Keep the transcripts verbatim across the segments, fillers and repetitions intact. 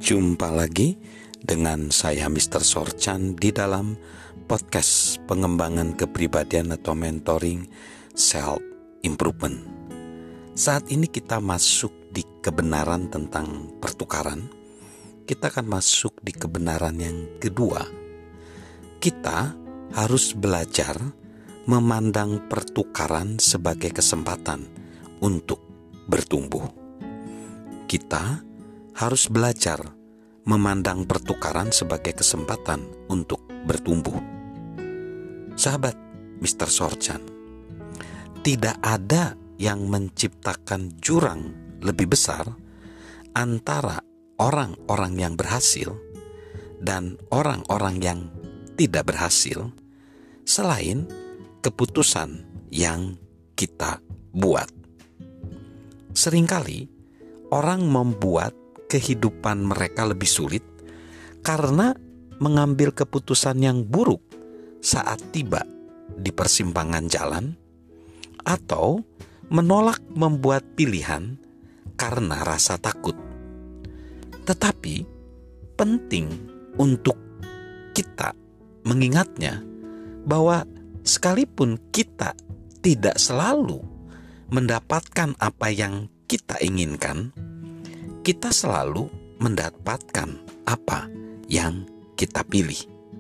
Jumpa lagi dengan saya mister Sorchan di dalam podcast pengembangan kepribadian atau mentoring self improvement. Saat ini kita masuk di kebenaran tentang pertukaran. Kita akan masuk di kebenaran yang kedua. Kita harus belajar memandang pertukaran sebagai kesempatan untuk bertumbuh. Kita harus belajar memandang pertukaran sebagai kesempatan untuk bertumbuh. Sahabat mister Sorchan, tidak ada yang menciptakan jurang lebih besar antara orang-orang yang berhasil dan orang-orang yang tidak berhasil selain keputusan yang kita buat. Seringkali orang membuat kehidupan mereka lebih sulit karena mengambil keputusan yang buruk saat tiba di persimpangan jalan, atau menolak membuat pilihan karena rasa takut. Tetapi penting untuk kita mengingatnya bahwa sekalipun kita tidak selalu mendapatkan apa yang kita inginkan, kita selalu mendapatkan apa yang kita pilih.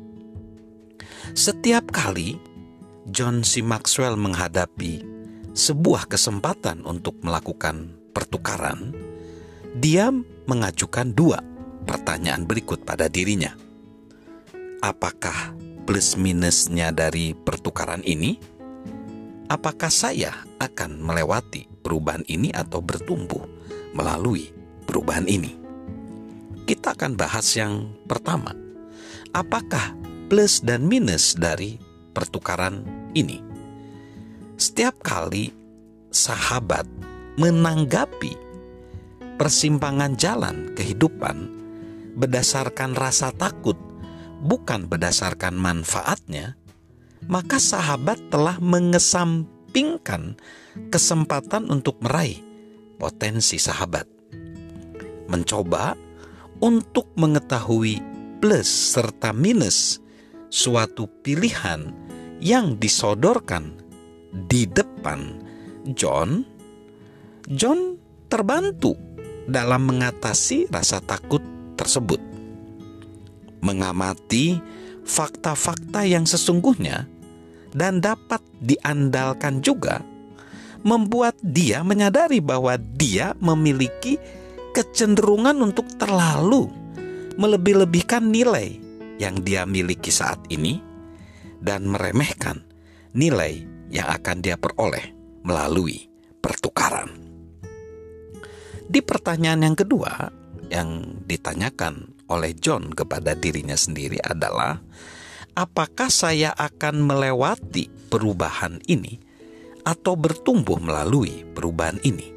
Setiap kali John C. Maxwell menghadapi sebuah kesempatan untuk melakukan pertukaran, dia mengajukan dua pertanyaan berikut pada dirinya. Apakah plus minusnya dari pertukaran ini? Apakah saya akan melewati perubahan ini atau bertumbuh melalui perubahan ini? Kita akan bahas yang pertama. Apakah plus dan minus dari pertukaran ini? Setiap kali sahabat menanggapi persimpangan jalan kehidupan berdasarkan rasa takut, bukan berdasarkan manfaatnya, maka sahabat telah mengesampingkan kesempatan untuk meraih potensi sahabat. Mencoba untuk mengetahui plus serta minus suatu pilihan yang disodorkan di depan John, John terbantu dalam mengatasi rasa takut tersebut. Mengamati fakta-fakta yang sesungguhnya dan dapat diandalkan juga membuat dia menyadari bahwa dia memiliki kecenderungan untuk terlalu melebih-lebihkan nilai yang dia miliki saat ini dan meremehkan nilai yang akan dia peroleh melalui pertukaran. Di pertanyaan yang kedua yang ditanyakan oleh John kepada dirinya sendiri adalah, apakah saya akan melewati perubahan ini atau bertumbuh melalui perubahan ini?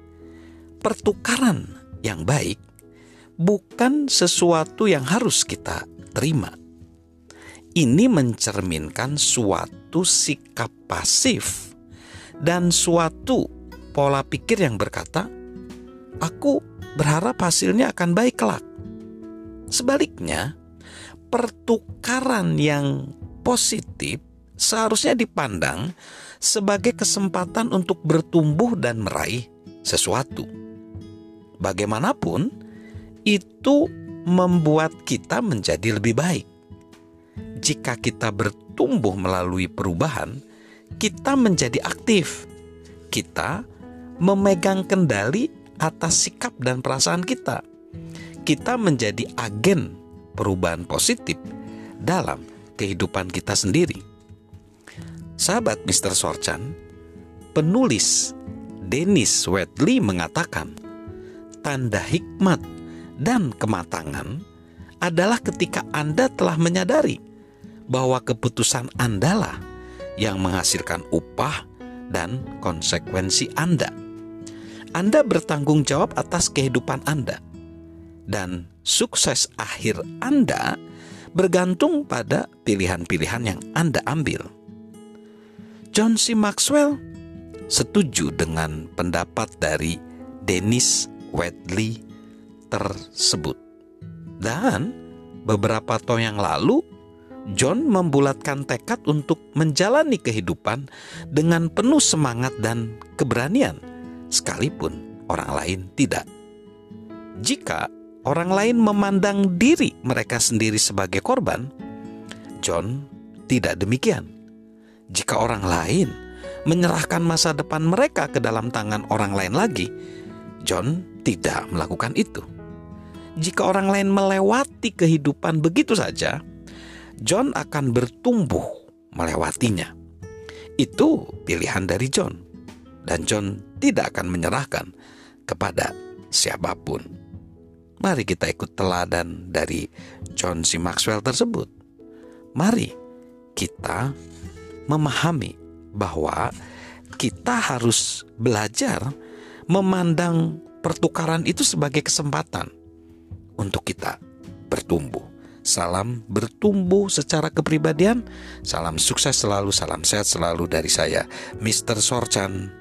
Pertukaran yang baik bukan sesuatu yang harus kita terima. Ini mencerminkan suatu sikap pasif dan suatu pola pikir yang berkata, aku berharap hasilnya akan baik kelak. Sebaliknya, pertukaran yang positif seharusnya dipandang sebagai kesempatan untuk bertumbuh dan meraih sesuatu. Bagaimanapun, itu membuat kita menjadi lebih baik. Jika kita bertumbuh melalui perubahan, kita menjadi aktif. Kita memegang kendali atas sikap dan perasaan kita. Kita menjadi agen perubahan positif dalam kehidupan kita sendiri. Sahabat mister Sorchan, penulis Dennis Waitley mengatakan, tanda hikmat dan kematangan adalah ketika Anda telah menyadari bahwa keputusan Anda lah yang menghasilkan upah dan konsekuensi Anda. Anda bertanggung jawab atas kehidupan Anda, dan sukses akhir Anda bergantung pada pilihan-pilihan yang Anda ambil. John C. Maxwell setuju dengan pendapat dari Dennis Waitley tersebut. Dan beberapa tahun yang lalu, John membulatkan tekad untuk menjalani kehidupan dengan penuh semangat dan keberanian, sekalipun orang lain tidak. Jika orang lain memandang diri mereka sendiri sebagai korban, John tidak demikian. Jika orang lain menyerahkan masa depan mereka ke dalam tangan orang lain lagi, John tidak melakukan itu. Jika orang lain melewati kehidupan begitu saja, John akan bertumbuh melewatinya. Itu pilihan dari John, dan John tidak akan menyerahkan kepada siapapun. Mari kita ikut teladan dari John C. Maxwell tersebut. Mari kita memahami bahwa kita harus belajar memandang pertukaran itu sebagai kesempatan untuk kita bertumbuh. Salam bertumbuh secara kepribadian. Salam sukses selalu, salam sehat selalu dari saya, mister Sorchan.